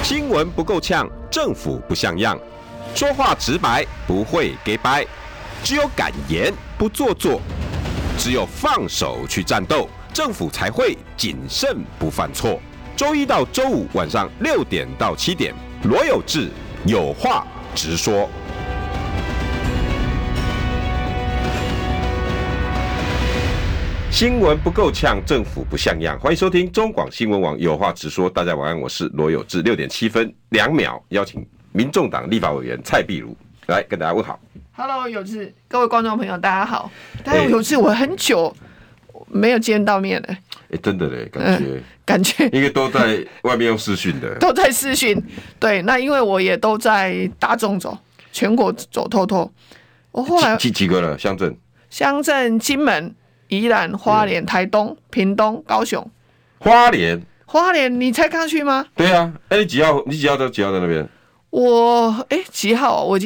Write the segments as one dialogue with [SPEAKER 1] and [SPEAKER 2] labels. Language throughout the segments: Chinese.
[SPEAKER 1] 新闻不够呛，政府不像样，说话直白，不会给掰，只有敢言不做作，只有放手去战斗，政府才会谨慎不犯错。周一到周五晚上6点到7点，罗有志有话直说。新闻不够呛，政府不像样。欢迎收听中广新闻网有话直说。大家晚安，我是罗有志。6点7分2秒，邀请民众党立法委员蔡壁如来跟大家问好。
[SPEAKER 2] Hello， 有志，各位观众朋友，大家好。但是有志，我很久没有见到面了。
[SPEAKER 1] 真的嘞，
[SPEAKER 2] 感觉
[SPEAKER 1] 因为都在外面用视讯的，
[SPEAKER 2] 都在视讯。对，那因为我也都在大众走，全国走透透。我后来
[SPEAKER 1] 几个了？乡
[SPEAKER 2] 镇金门、宜兰、花莲、台东、屏东、高雄。
[SPEAKER 1] 花莲，
[SPEAKER 2] 你才刚去吗？
[SPEAKER 1] 对啊。你几号在那边？
[SPEAKER 2] 我几号？我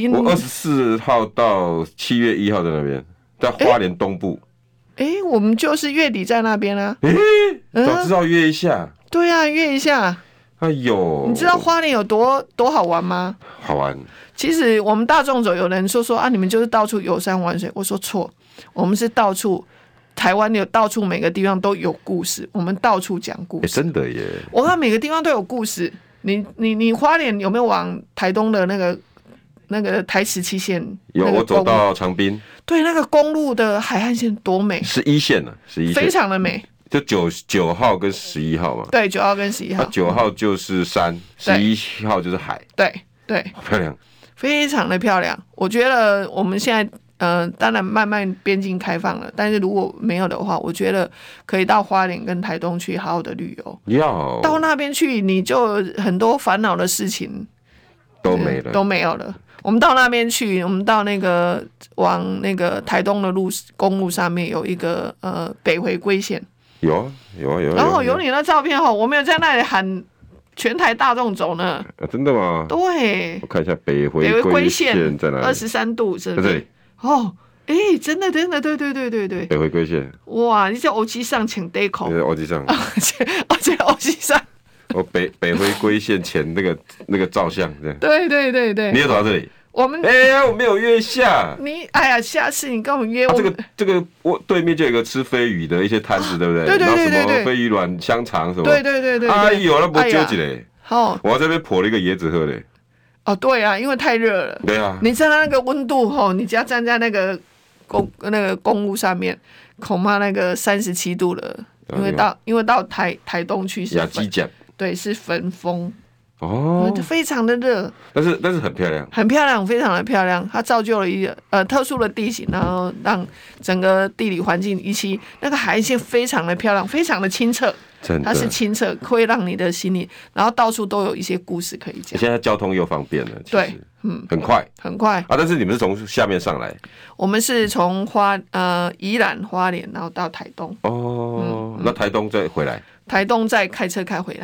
[SPEAKER 1] 24号到7月1号在那边，在花莲东部。
[SPEAKER 2] 我们就是月底在那边啊。
[SPEAKER 1] 早知道约一下。
[SPEAKER 2] 对啊，约一下。
[SPEAKER 1] 哎呦，
[SPEAKER 2] 你知道花莲有多好玩吗？
[SPEAKER 1] 好玩。其
[SPEAKER 2] 实我们大众走，有人说啊，你们就是到处游山玩水。我说错，我们是到处，台湾有到处每个地方都有故事，我们到处讲故事。
[SPEAKER 1] 真的耶！
[SPEAKER 2] 我看每个地方都有故事。你花莲有没有往台东的那个台17线？
[SPEAKER 1] 有，我走到长滨。
[SPEAKER 2] 对，那个公路的海岸线多美
[SPEAKER 1] ！11线呢，11线
[SPEAKER 2] 非常的美。
[SPEAKER 1] 就9号跟11号嘛。
[SPEAKER 2] 对，9号跟11号。
[SPEAKER 1] 9号就是山，11号就是海。
[SPEAKER 2] 对，
[SPEAKER 1] 好漂亮，
[SPEAKER 2] 非常的漂亮。我觉得我们现在当然慢慢边境开放了，但是如果没有的话，我觉得可以到花莲跟台东去好好的旅游。到那边去，你就很多烦恼的事情都没有了。我们到那边去，我们到往那个台东的公路上面有一个北回归线。
[SPEAKER 1] 有。
[SPEAKER 2] 然后有你的照片我没有在那里喊全台大众走呢。
[SPEAKER 1] 真的吗？
[SPEAKER 2] 对，
[SPEAKER 1] 我看一下北回归线在哪里
[SPEAKER 2] ？23度是不是？
[SPEAKER 1] 对。
[SPEAKER 2] 真的，对。
[SPEAKER 1] 北回归线。
[SPEAKER 2] 哇，你在欧机上请 Deco。
[SPEAKER 1] 对，欧机上。
[SPEAKER 2] 在欧机上。
[SPEAKER 1] 北回归线前那个照相，
[SPEAKER 2] 对。
[SPEAKER 1] 你也走到这里？
[SPEAKER 2] 我们
[SPEAKER 1] 我没有约一下。
[SPEAKER 2] 下次你跟我们约。
[SPEAKER 1] 这个对面就有一个吃飞鱼的一些摊子，对不对？
[SPEAKER 2] 对。然后
[SPEAKER 1] 什么飞鱼卵、香肠什么？
[SPEAKER 2] 对。
[SPEAKER 1] 哎呦，那不揪起来。我在这边破了一个椰子喝嘞。
[SPEAKER 2] 对啊，因为太热了。
[SPEAKER 1] 对啊。
[SPEAKER 2] 你知道那个温度你只要站在那个公路上面，恐怕那个37度了。因为到台东去是对，是焚风。就非常的热，但是
[SPEAKER 1] 很漂亮，
[SPEAKER 2] 很漂亮，非常的漂亮。它造就了一个特殊的地形，然后让整个地理环境以及那个海岸线非常的漂亮，非常的清澈。它是清澈，会让你的心里，然后到处都有一些故事可以讲。
[SPEAKER 1] 现在交通又方便了，
[SPEAKER 2] 对，
[SPEAKER 1] 很快
[SPEAKER 2] 但
[SPEAKER 1] 是你们是从下面上来？
[SPEAKER 2] 我们是从宜兰花莲，然后到台东。
[SPEAKER 1] 那台东再回来？
[SPEAKER 2] 台东再开车开回来。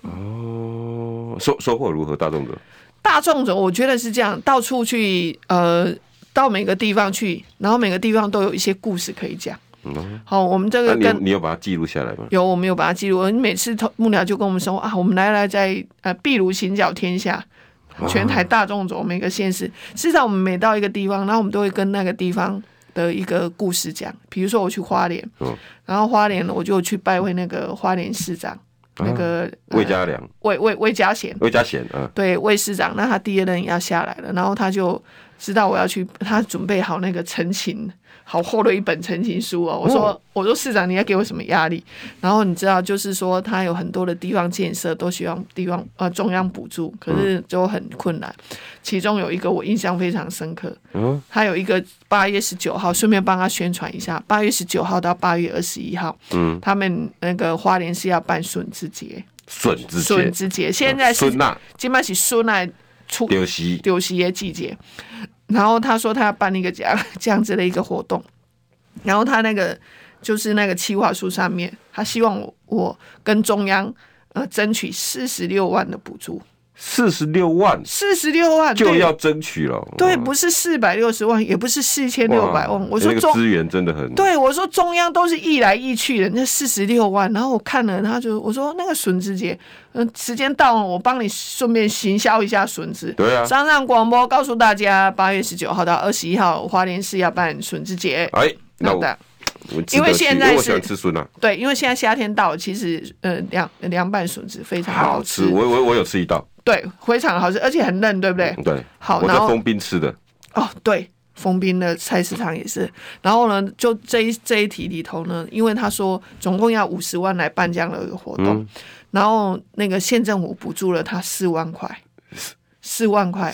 [SPEAKER 1] 收获如何？大众走，
[SPEAKER 2] 我觉得是这样，到处去，到每个地方去，然后每个地方都有一些故事可以讲。好，我们这个
[SPEAKER 1] 你有把它记录下来吗？
[SPEAKER 2] 有，我们有把它记录。每次幕僚就跟我们说我们来在壁如行脚天下，全台大众走，每个县市。事实上，我们每到一个地方，然后我们都会跟那个地方的一个故事讲。比如说我去花莲，然后花莲我就去拜会那个花莲市长。那个
[SPEAKER 1] 魏家良，
[SPEAKER 2] 魏家贤，对，魏市长，那他第2任要下来了，然后他就知道我要去，他准备好那个陈情，好厚的一本陈情书我说市长你要给我什么压力？然后你知道就是说他有很多的地方建设都希望中央补助，可是就很困难。其中有一个我印象非常深刻，他有一个8月19号，顺便帮他宣传一下，8月19号到8月21号，他们那个花莲是要办笋子节，现在是现在是笋仔出丢席的季节。然后他说他要办一个这样子的一个活动，然后他就是那个企划书上面，他希望我跟中央争取46万的补助。
[SPEAKER 1] 46万
[SPEAKER 2] ，46万
[SPEAKER 1] 就要争取了。
[SPEAKER 2] 对，不是460万，也不是4600万。我说
[SPEAKER 1] 那个资源真的很。
[SPEAKER 2] 对，我说中央都是易来易去的，那46万。然后我看了，我说那个笋子节，时间到了，我帮你顺便行销一下笋子。
[SPEAKER 1] 对啊。
[SPEAKER 2] 上广播告诉大家，8月19号到21号，花莲市要办笋子节。
[SPEAKER 1] 那
[SPEAKER 2] 因为现在
[SPEAKER 1] 我喜欢吃笋啊。
[SPEAKER 2] 对，因为现在夏天到了，其实凉拌笋子非常好吃。
[SPEAKER 1] 我有吃一道。
[SPEAKER 2] 对，非常好吃，而且很嫩，对不对？
[SPEAKER 1] 对。
[SPEAKER 2] 好，
[SPEAKER 1] 我在丰滨吃的。
[SPEAKER 2] 对，丰滨的菜市场也是。然后呢，就这一题里头呢，因为他说总共要50万来办这样的一个活动，然后那个县政府补助了他4万块。4万块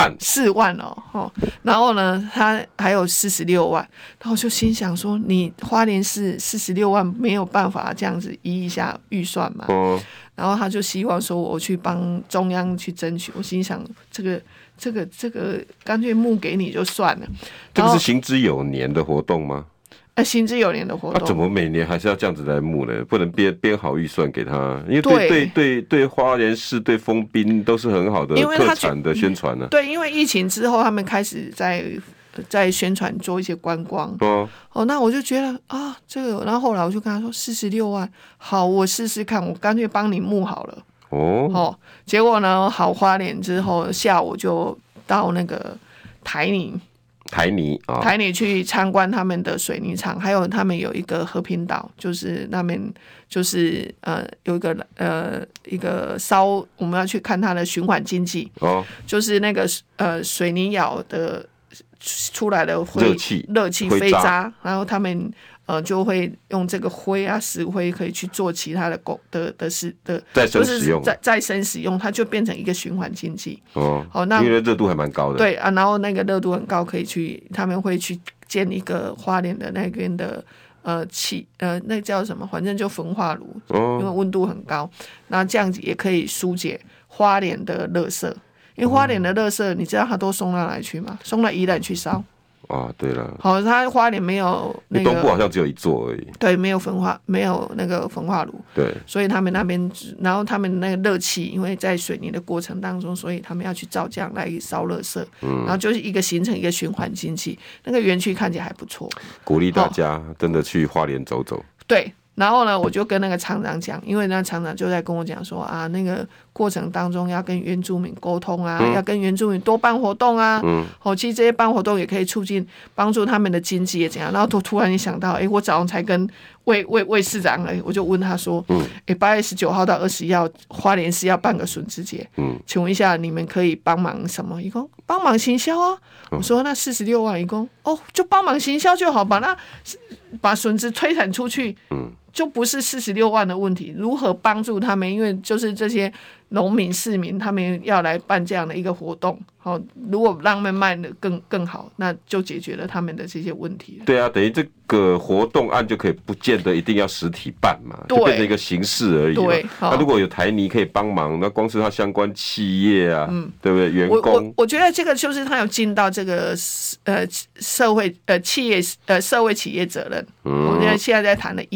[SPEAKER 2] ，4万哦，然后呢，他还有46万，然后就心想说，你花莲市46万没有办法这样子移一下预算嘛？然后他就希望说我去帮中央去争取，我心想这个干脆募给你就算了。
[SPEAKER 1] 这个是行之有年的活动吗？
[SPEAKER 2] 行之有年的活动，
[SPEAKER 1] 怎么每年还是要这样子来募呢？不能编好预算给他，因为对花莲市、对丰滨都是很好的特产的宣传呢。
[SPEAKER 2] 对，因为疫情之后，他们开始在宣传做一些观光。那我就觉得这个，然后后来我就跟他说46万，好，我试试看，我干脆帮你募好了。结果呢，好，花莲之后下午就到那个台泥去参观他们的水泥厂，还有他们有一个和平岛，就是他们就是有一个我们要去看它的循环经济。就是那个水泥窑的出来的热气飞渣，然后他们就会用这个灰石灰可以去做其他的
[SPEAKER 1] 再生使用，
[SPEAKER 2] 再生使用，它就变成一个循环经济。
[SPEAKER 1] 那因为热度还蛮高的。
[SPEAKER 2] 对然后那个热度很高，他们会去建一个花莲的那边的那叫什么？反正就焚化炉，因为温度很高，那这样子也可以疏解花莲的垃圾。因为花莲的垃圾，你知道它都送到哪里去吗？送到宜兰去烧。
[SPEAKER 1] 对了。
[SPEAKER 2] 好，它花莲没有那个，
[SPEAKER 1] 东部好像只有一座而已。
[SPEAKER 2] 对，没有那个焚化炉。
[SPEAKER 1] 对。
[SPEAKER 2] 所以他们那边，然后他们那个热气，因为在水泥的过程当中，所以他们要去造浆来烧垃圾。然后就是形成一个循环经济。那个园区看起来还不错。
[SPEAKER 1] 鼓励大家真的去花莲走走。
[SPEAKER 2] 对。然后呢，我就跟那个厂长讲，因为那厂长就在跟我讲说那个过程当中要跟原住民沟通要跟原住民多办活动其实这些办活动也可以帮助他们的经济也怎样。然后突然想到，我早上才跟魏市长我就问他说，8月19号到21号花莲市要办个笋子节，请问一下你们可以帮忙什么？一共帮忙行销我说那46万一共就帮忙行销就好，把笋子推展出去，就不是46万的问题。如何帮助他们？因为就是这些农民市民，他们要来办这样的一个活动，如果让他们卖的更好，那就解决了他们的这些问题了。
[SPEAKER 1] 对啊，等于这个活动案就可以不见得一定要实体办嘛，就变成一个形式而已嘛。对，那如果有台泥可以帮忙，那光是他相关企业对不对？员工，
[SPEAKER 2] 我觉得这个就是他有尽到这个社会企业社会企业责任。我现在在谈的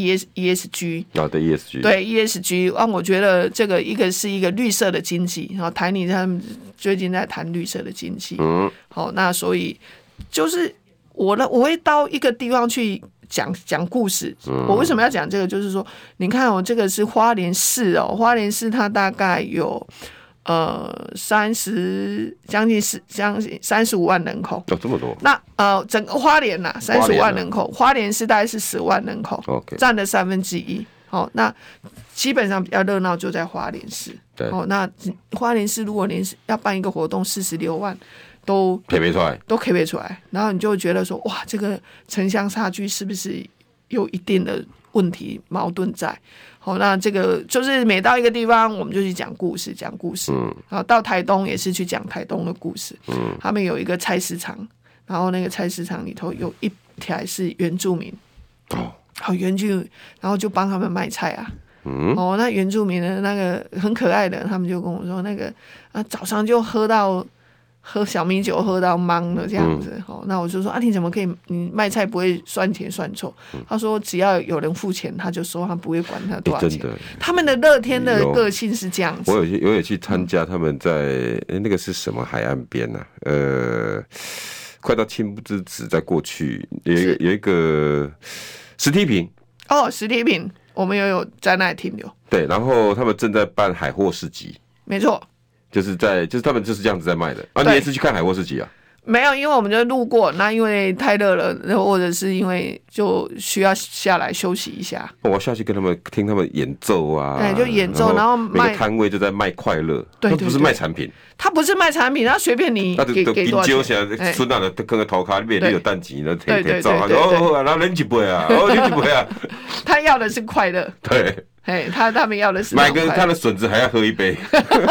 [SPEAKER 2] ESG 对 ESG， 我觉得这个是一个绿色的经济，然后台泥他们最近在谈绿色的经济。那所以就是我会到一个地方去讲故事。我为什么要讲这个？就是说，你看这个是花莲市花莲市它大概有将近35万人口。
[SPEAKER 1] 这么多？
[SPEAKER 2] 那整个花莲35万人口，花莲市大概是10万人口，占了1/3。那基本上比较热闹就在花莲市。那花莲市如果连要办一个活动46万都可以背出来，然后你就会觉得说，哇，这个城乡差距是不是有一定的问题矛盾在？那这个就是每到一个地方我们就去讲故事。然后到台东也是去讲台东的故事。他们有一个菜市场，然后那个菜市场里头有一条是原住民。原住民，然后就帮他们卖菜那原住民的那个很可爱的，他们就跟我说，那个早上就喝到喝小米酒喝到懵了这样子。那我就说啊，你怎么可以？你卖菜不会算钱算错？他说只要有人付钱，他就收，他不会管他多少钱。真的，他们的乐天的个性是这样子。
[SPEAKER 1] 我有去参加他们在那个是什么海岸边啊？快到青之子再过去有一个实体坪。
[SPEAKER 2] 实体坪我们有在那里停留。
[SPEAKER 1] 对，然后他们正在办海货市集。
[SPEAKER 2] 没错。就是
[SPEAKER 1] 他们就是这样子在卖的。你也是去看海货市集啊？
[SPEAKER 2] 没有，因为我们就路过，那因为太热了，或者是因为就需要下来休息一下。
[SPEAKER 1] 我下去跟他们听他们演奏啊，
[SPEAKER 2] 对，就演奏，然后
[SPEAKER 1] 每个摊位就在卖快乐，
[SPEAKER 2] 对，
[SPEAKER 1] 不是卖产品。
[SPEAKER 2] 他不是卖产品，他随便你给多少钱。
[SPEAKER 1] 孙大的跟个头卡里面你有蛋鸡，那贴照，然后人几杯啊，人几杯啊。
[SPEAKER 2] 他要的是快乐。
[SPEAKER 1] 对，
[SPEAKER 2] 他们要的是
[SPEAKER 1] 买个他的笋子还要喝一杯。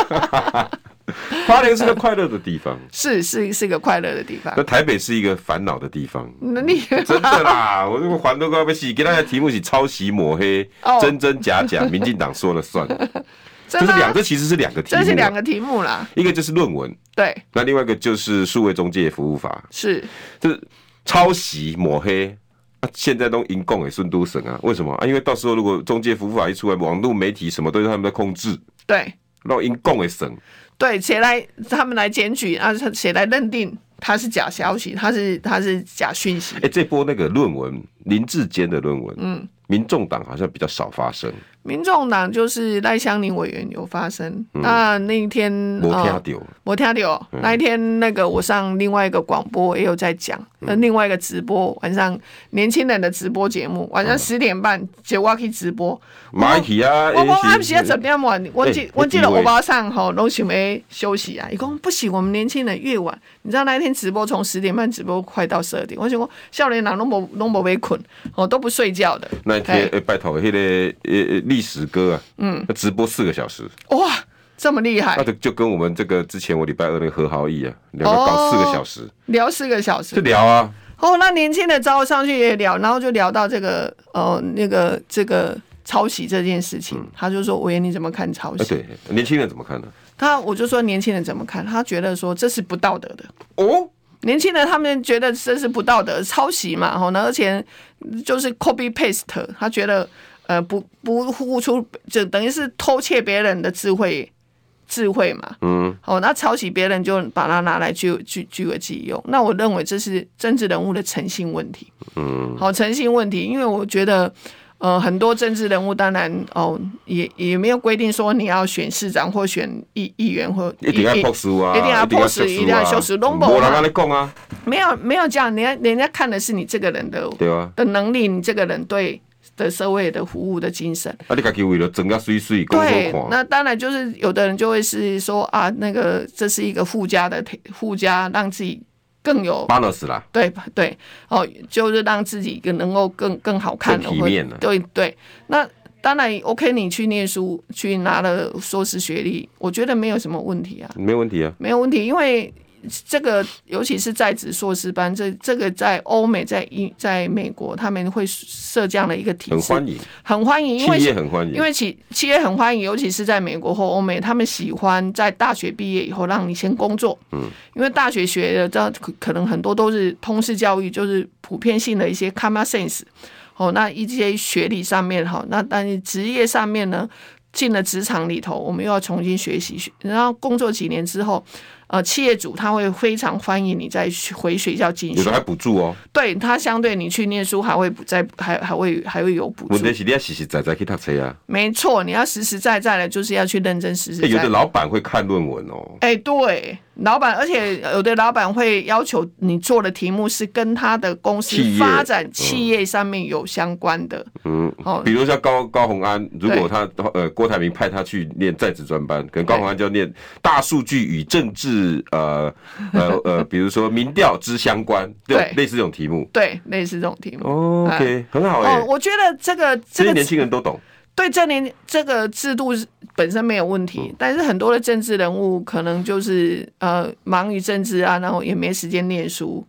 [SPEAKER 1] 花莲是个快乐的地方，
[SPEAKER 2] 是个快乐的地方。
[SPEAKER 1] 那台北是一个烦恼的地方。真的啦，我这个环都快被洗。给大家题目是抄袭抹黑，真真假假，民进党说了算。这其实是两个题目，
[SPEAKER 2] 这是两个题目啦。
[SPEAKER 1] 一个就是论文，
[SPEAKER 2] 对，
[SPEAKER 1] 那另外一个就是数位中介服务法，就是抄袭抹黑。现在都因共也顺都省啊？为什么啊？因为到时候如果中介服务法一出来，网络媒体什么都是他们在控制，
[SPEAKER 2] 对，
[SPEAKER 1] 然后因共也省。对，
[SPEAKER 2] 他们来检举啊？谁来认定它是假消息？它是假讯息？
[SPEAKER 1] 这波那个论文，林智坚的论文，民众党好像比较少发声。
[SPEAKER 2] 民众党就是赖香伶委员有发声，那一天没听到，那一天那个我上另外一个广播也有在讲，另外一个直播晚上年轻人的直播节目，晚上10点半就我去直播，
[SPEAKER 1] 我
[SPEAKER 2] 暗时怎么样晚？我记得我包上吼都想要休息啊，伊讲不行，我们年轻人越晚，你知道那一天直播从10点半直播快到12点，我想说少年人都没被困，都不睡觉的。
[SPEAKER 1] 那一天拜托那个历史歌啊，直播4个小时，
[SPEAKER 2] 哇，这么厉害！
[SPEAKER 1] 那就跟我们这个之前我礼拜2那个何豪毅啊，两个搞4个小时，
[SPEAKER 2] 聊4个小时，
[SPEAKER 1] 就聊啊。
[SPEAKER 2] 那年轻的招上去也聊，然后就聊到这个这个抄袭这件事情，他就说：“委员你怎么看抄袭？”
[SPEAKER 1] 对，年轻人怎么看呢？
[SPEAKER 2] 我就说年轻人怎么看？他觉得说这是不道德的哦。年轻人他们觉得这是不道德，抄袭嘛，而且就是 copy paste， 他觉得不付出，就等于是偷窃别人的智慧嘛，那抄袭别人就把它拿来据为己用。那我认为这是政治人物的诚信问题，诚信问题，因为我觉得。很多政治人物当然也没有规定说你要选市长或选议员或
[SPEAKER 1] 一定要破书啊，
[SPEAKER 2] 一定要破书，一定要修书，
[SPEAKER 1] 没人跟你讲啊，
[SPEAKER 2] 没有这样，人家看的是你这个人的
[SPEAKER 1] 对啊
[SPEAKER 2] 的能力，你这个人对的社会的服务的精神。
[SPEAKER 1] 你自己为了整个水
[SPEAKER 2] 对，那当然就是有的人就会是说啊，那个这是一个附加，让自己。更有
[SPEAKER 1] bonus 啦，
[SPEAKER 2] 对，就是让自己能够更好看的，
[SPEAKER 1] 更体面了。
[SPEAKER 2] 对，那当然 OK， 你去念书，去拿了硕士学历，我觉得没有什么问题啊，
[SPEAKER 1] 没问题啊，
[SPEAKER 2] 没有问题，因为这个尤其是在职硕士班，这个在欧美在美国他们会设这样的一个体制，很欢迎，
[SPEAKER 1] 企业很欢迎，
[SPEAKER 2] 因为企业很欢迎，尤其是在美国或欧美，他们喜欢在大学毕业以后让你先工作，因为大学学的可能很多都是通识教育，就是普遍性的一些 common sense，那一些学历上面那但是职业上面呢，进了职场里头，我们又要重新学习，然后工作几年之后。企业主他会非常欢迎你再回学校进修，
[SPEAKER 1] 有的还补助哦。
[SPEAKER 2] 对，他相对你去念书还会有补助。
[SPEAKER 1] 问题是你要实实在在去读书啊。
[SPEAKER 2] 没错，你要实实在在的，就是要去认真实实在。
[SPEAKER 1] 有的老板会看论文哦。
[SPEAKER 2] 对，老板，而且有的老板会要求你做的题目是跟他的公司发展企业上面有相关的。
[SPEAKER 1] 比如像高虹安，如果他郭台铭派他去念在职专班，可能高虹安就要念大数据与政治。比如说民调之相关，对，类似这种题目，
[SPEAKER 2] 对，类似这种题目。
[SPEAKER 1] OK， 很好
[SPEAKER 2] 我觉得这个
[SPEAKER 1] 年轻人都懂。
[SPEAKER 2] 对，这个制度本身没有问题，但是很多的政治人物可能就是忙于政治啊，然后也没时间念书。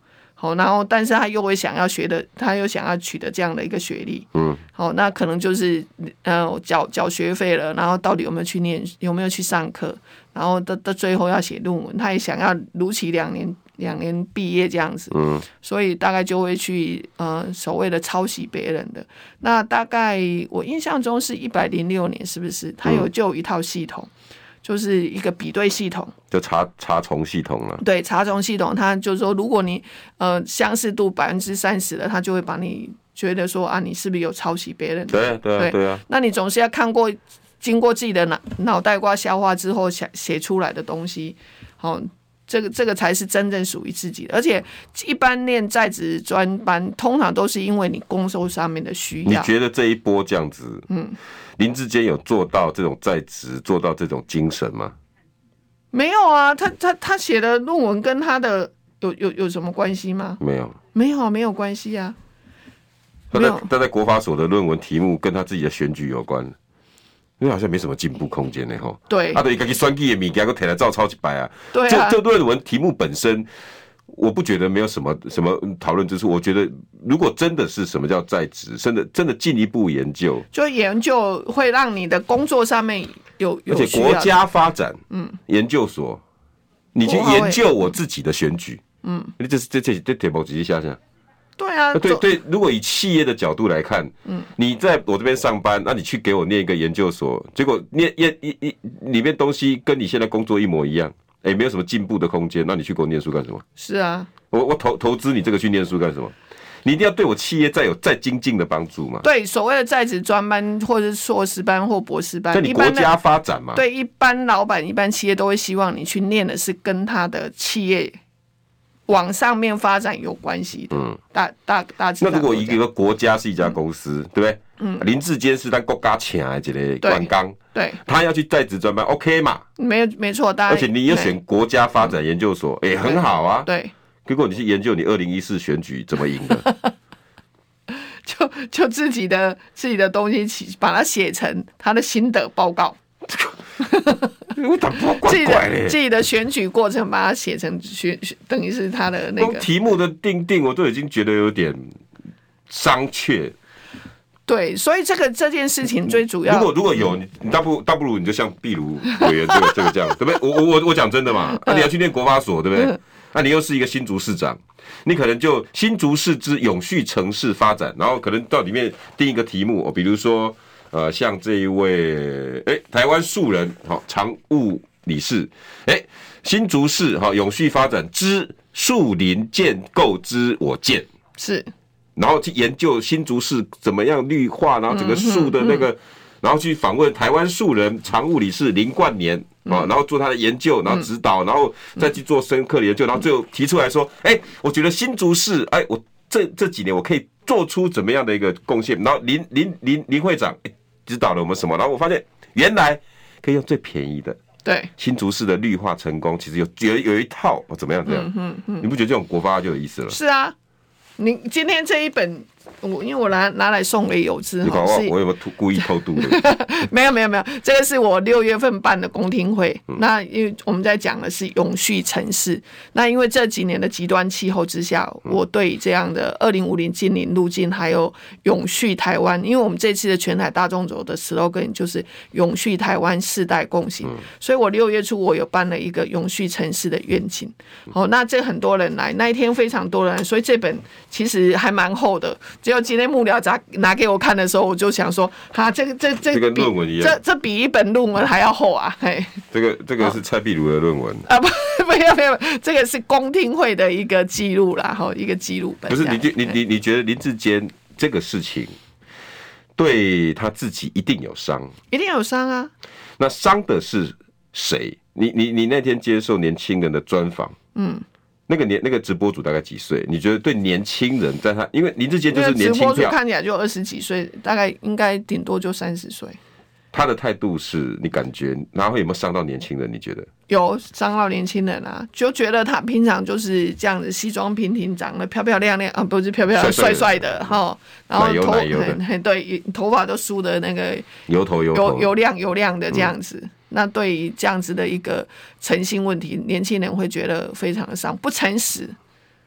[SPEAKER 2] 好，然后但是他又会想要学的，他又想要取得这样的一个学历，好，那可能就是缴学费了，然后到底有没有去念，有没有去上课，然后到最后要写论文，他也想要如期2年毕业这样子，所以大概就会去所谓的抄袭别人的。那大概我印象中是106年，是不是？他就有一套系统。就是一个比对系统，
[SPEAKER 1] 就查重系统了。对，
[SPEAKER 2] 查重系统，他就是说，如果你相似度30%了，他就会把你觉得说啊，你是不是有抄袭别人的？
[SPEAKER 1] 对啊。
[SPEAKER 2] 那你总是要看过，经过自己的脑袋瓜消化之后写出来的东西，好。这个才是真正属于自己的，而且一般念在职专班，通常都是因为你工作上面的需要。
[SPEAKER 1] 你觉得这一波这样子，林智坚有做到这种在职，做到这种精神吗？
[SPEAKER 2] 没有啊，他写的论文跟他的有什么关系吗？没有关系啊。
[SPEAKER 1] 他在国法所的论文题目跟他自己的选举有关。因为好像没什么进步空间呢，吼。
[SPEAKER 2] 对。
[SPEAKER 1] 他对自己选举的物件，佮摕来照抄一摆啊。
[SPEAKER 2] 对啊。
[SPEAKER 1] 这论文题目本身，我不觉得没有什么讨论之处。我觉得，如果真的是什么叫在职，真的进一步研究，
[SPEAKER 2] 就研究会让你的工作上面有
[SPEAKER 1] 而且国家发展研究所，你去研究我自己的选举，这题目直接下下。
[SPEAKER 2] 对啊，
[SPEAKER 1] 对，如果以企业的角度来看，你在我这边上班，那你去给我念一个研究所，结果念里面东西跟你现在工作一模一样，没有什么进步的空间，那你去给我念书干什么？
[SPEAKER 2] 是啊，
[SPEAKER 1] 我投资你这个去念书干什么？你一定要对我企业再精进的帮助嘛？
[SPEAKER 2] 对，所谓的在职专班或者是硕士班或博士班，
[SPEAKER 1] 在你国家发展嘛？
[SPEAKER 2] 对，一般老板、一般企业都会希望你去念的是跟他的企业往上面发展有关系的，大致。
[SPEAKER 1] 那如果一个国家是一家公司，对不对？林智坚是咱国家请的一个官纲，
[SPEAKER 2] 对，
[SPEAKER 1] 他要去在职专班 ，OK 嘛？
[SPEAKER 2] 没错，
[SPEAKER 1] 而且你也选国家发展研究所，很好啊。
[SPEAKER 2] 对，
[SPEAKER 1] 结果你去研究你2014选举怎么赢的，
[SPEAKER 2] 就自己的东西，把它写成他的心得报告。
[SPEAKER 1] 我打不怪怪嘞，
[SPEAKER 2] 自己的选举过程把它写成等于是他的那个
[SPEAKER 1] 题目的定，我都已经觉得有点商榷。
[SPEAKER 2] 对，所以这件事情最主要，
[SPEAKER 1] 如果有你倒不如你就像壁如委员这个这样，对不对？我讲真的嘛，你要去念国法所，对不对？你又是一个新竹市长，你可能就新竹市之永续城市发展，然后可能到里面定一个题目，比如说。像这一位台湾树人常务理事，新竹市永续发展之树林建构之我建
[SPEAKER 2] 是，
[SPEAKER 1] 然后去研究新竹市怎么样绿化，然后整个树的那个，然后去访问台湾树人常务理事林冠年然后做他的研究，然后指导，然后再去做深刻的研究，然后最后提出来说，我觉得新竹市，我这几年我可以做出怎么样的一个贡献，然后林会长。指导了我们什么？然后我发现原来可以用最便宜的，
[SPEAKER 2] 对新
[SPEAKER 1] 竹市的绿化成功，其实有一套怎么样？你不觉得这种国发就有意思了？
[SPEAKER 2] 是啊，你今天这一本，因为我拿来送给有志，
[SPEAKER 1] 我有没有故意偷渡的？
[SPEAKER 2] 没有，这个是我6月份办的公听会。那因为我们在讲的是永续城市，那因为这几年的极端气候之下，我对这样的2050净零路径还有永续台湾，因为我们这次的全台大众走的 slogan 就是永续台湾世代共行，所以我6月初我有办了一个永续城市的愿景。那这很多人来，那一天非常多人，所以这本其实还蛮厚的。只有今天幕僚拿给我看的时候，我就想说，这
[SPEAKER 1] 跟论文一样，
[SPEAKER 2] 这比一本论文还要厚啊！
[SPEAKER 1] 这个是蔡壁如的论文
[SPEAKER 2] 啊，没有，这个是公听会的一个记录啦，一个记录本。
[SPEAKER 1] 不是你觉得林智坚这个事情对他自己一定有伤？
[SPEAKER 2] 一定有伤啊！
[SPEAKER 1] 那伤的是谁？你那天接受年轻人的专访，那个直播主大概几岁？你觉得对年轻人，在他因为林智坚就是年轻票，直播主
[SPEAKER 2] 看起来就20几岁，大概应该顶多就30岁。
[SPEAKER 1] 他的态度是你感觉，然后有没有伤到年轻人？你觉得
[SPEAKER 2] 有伤到年轻人啊？就觉得他平常就是这样子，西装平平，长得漂漂亮亮啊，不是漂漂亮，帅帅的哈，然后对，头发都梳的那个油亮的这样子。那对于这样子的一个诚信问题，年轻人会觉得非常的伤，不诚实。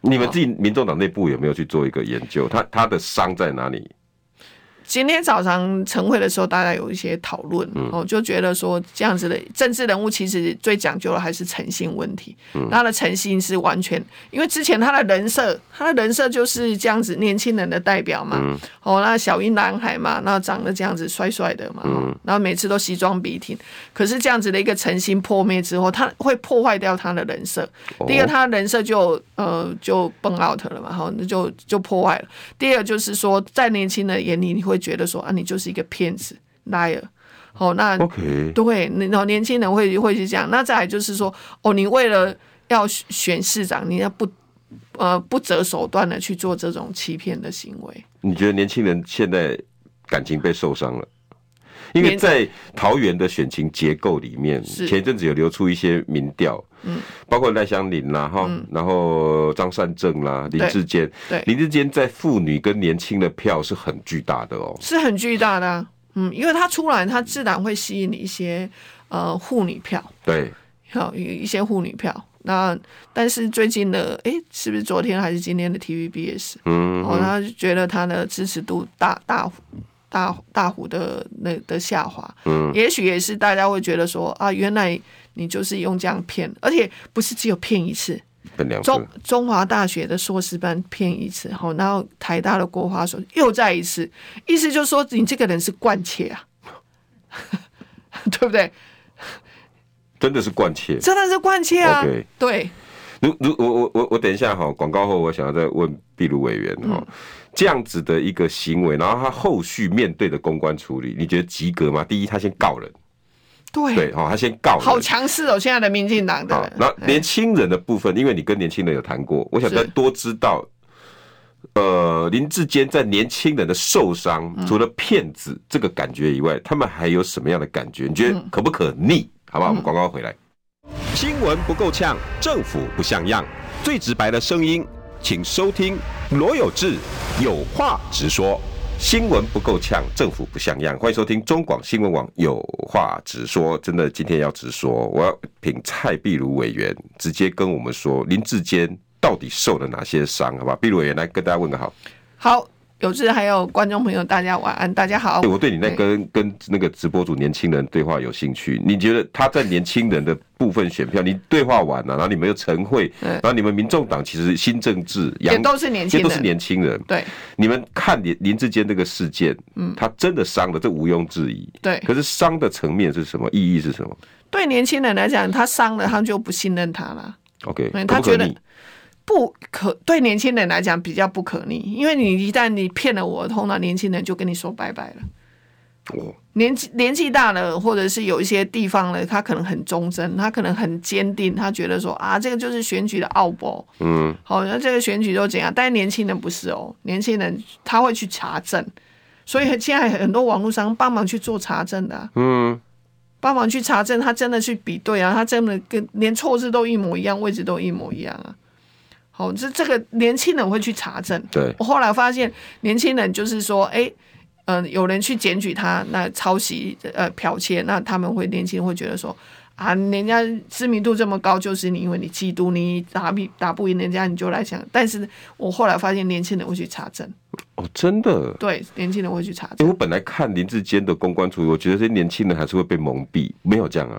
[SPEAKER 1] 你们自己民众党内部有没有去做一个研究？他的伤在哪里？
[SPEAKER 2] 今天早上晨会的时候，大家有一些讨论，就觉得说这样子的政治人物其实最讲究的还是诚信问题。他的诚信是完全，因为之前他的人设就是这样子年轻人的代表嘛，那小英男孩嘛，那长得这样子帅帅的嘛，然后每次都西装笔挺。可是这样子的一个诚信破灭之后，他会破坏掉他的人设。第一个，他的人设就崩 out 了嘛，就破坏了。第二个就是说，在年轻人眼里，你会觉得说啊，你就是一个骗子 liar。那
[SPEAKER 1] OK，
[SPEAKER 2] 对，年轻人会是这样。那再来就是说，你为了要选市长，你要不择手段的去做这种欺骗的行为。你
[SPEAKER 1] 觉得年轻人现在感情被受伤了？因为在桃园的选情结构里面，前一阵子有流出一些民调，包括赖香伶啦，然后张善政啦，林智坚，林智坚在妇女跟年轻的票是很巨大的哦，
[SPEAKER 2] 是很巨大的啊，因为他出来，他自然会吸引一些妇女票，
[SPEAKER 1] 对，
[SPEAKER 2] 一些妇女票。那但是最近的，是不是昨天还是今天的 TVBS？他就觉得他的支持度大幅的下滑，也许也是大家会觉得说啊，原来你就是用这样骗，而且不是只有骗一次，中华大学的硕士班骗一次，然后台大的国华所又再一次，意思就是说你这个人是惯窃啊，对不对？
[SPEAKER 1] 真的是惯窃，
[SPEAKER 2] 真的是惯窃啊！
[SPEAKER 1] Okay.
[SPEAKER 2] 对。
[SPEAKER 1] 我等一下广告后，我想要再问篦如委员这样子的一个行为，然后他后续面对的公关处理，你觉得及格吗？第一，他先告人，对，他先告人，
[SPEAKER 2] 好强势哦！现在的民进党的人，
[SPEAKER 1] 然后年轻人的部分，因为你跟年轻人有谈过，我想再多知道，林智坚在年轻人的受伤，除了骗子这个感觉以外，他们还有什么样的感觉？你觉得可不可逆？好不好？我们广告回来。
[SPEAKER 3] 新闻不够呛，政府不像样，最直白的声音，请收听罗有志有话直说。
[SPEAKER 1] 新闻不够呛，政府不像样，欢迎收听中广新闻网有话直说。真的，今天要直说，我要请蔡篦如委员直接跟我们说，林智坚到底受了哪些伤，好不好？篦如委员来跟大家问个好。
[SPEAKER 2] 好。有志还有观众朋友，大家晚安，大家好。
[SPEAKER 1] 我对你在跟那个直播主年轻人对话有兴趣。你觉得他在年轻人的部分选票，你对话完了，然后你们又晨会，然后你们民众党其实新政治
[SPEAKER 2] 也都是年轻人，
[SPEAKER 1] 也都是年轻人。
[SPEAKER 2] 对，
[SPEAKER 1] 你们看林智坚这个事件，他真的伤了，这毋庸置疑。
[SPEAKER 2] 对，
[SPEAKER 1] 可是伤的层面是什么？意义是什么？
[SPEAKER 2] 对年轻人来讲，他伤了，他就不信任他了。
[SPEAKER 1] OK，
[SPEAKER 2] 他觉得。对年轻人来讲比较不可逆，因为你一旦你骗了我，通常年轻人就跟你说拜拜了。年纪大了，或者是有一些地方了，他可能很忠贞，他可能很坚定，他觉得说啊，这个就是选举的奥博，好，那这个选举都怎样？但是年轻人不是哦，年轻人他会去查证，所以现在很多网络上帮忙去做查证的，帮忙去查证，他真的去比对啊，他真的跟连错字都一模一样，位置都一模一样啊。好，这个年轻人会去查证。
[SPEAKER 1] 对，
[SPEAKER 2] 我后来发现年轻人就是说，有人去检举他那抄袭剽窃，那他们年轻人会觉得说啊，人家知名度这么高，就是你因为你嫉妒，你打不赢人家，你就来想。但是我后来发现年轻人会去查证。
[SPEAKER 1] 哦，真的？
[SPEAKER 2] 对，年轻人会去查证。
[SPEAKER 1] 我本来看林智坚的公关处理，我觉得这些年轻人还是会被蒙蔽，没有这样啊。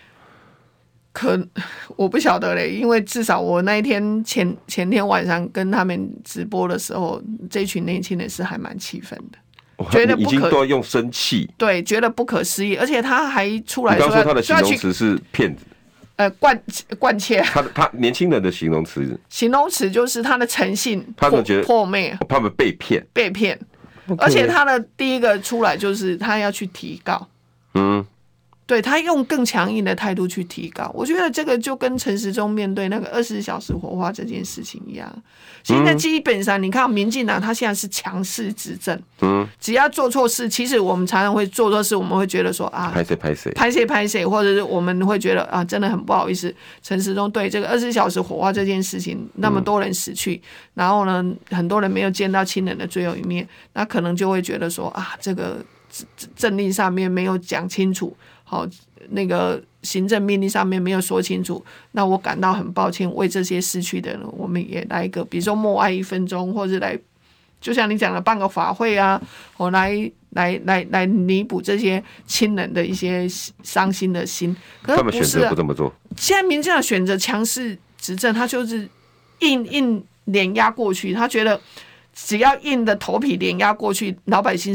[SPEAKER 2] 我不晓得嘞，因为至少我那一天前天晚上跟他们直播的时候，这群年轻人是还蛮气愤的，觉得
[SPEAKER 1] 已经都要用生气，
[SPEAKER 2] 对，觉得不可思议，而且他还出来说，
[SPEAKER 1] 你刚说他的形容词是骗子，
[SPEAKER 2] 惯窃，
[SPEAKER 1] 他年轻人的形容词
[SPEAKER 2] 就是他的诚信破灭，
[SPEAKER 1] 他们被骗，
[SPEAKER 2] 而且他的第一个出来就是他要去提告，对，他用更强硬的态度去提告，我觉得这个就跟陈时中面对那个24小时火化这件事情一样。现在基本上你看民进党他现在是强势执政，只要做错事，其实我们常常会做错事，我们会觉得说啊，拍谁，或者是我们会觉得啊，真的很不好意思，陈时中对这个24小时火化这件事情，那么多人死去，然后呢，很多人没有见到亲人的最后一面，那可能就会觉得说啊，这个政令上面没有讲清楚。 好那个行政命令上面没有说清楚，那我感到很抱歉，为这些失去的人，我们也来一个，比如说默哀1分钟，或者来，就像你讲的办个法会啊，我来弥补这些亲人的一些伤心的心。可是不是、啊、
[SPEAKER 1] 他们选择不这么做。
[SPEAKER 2] 现在民进党选择强势执政，他就是硬脸压过去，他觉得只要硬的头皮脸压过去，老百姓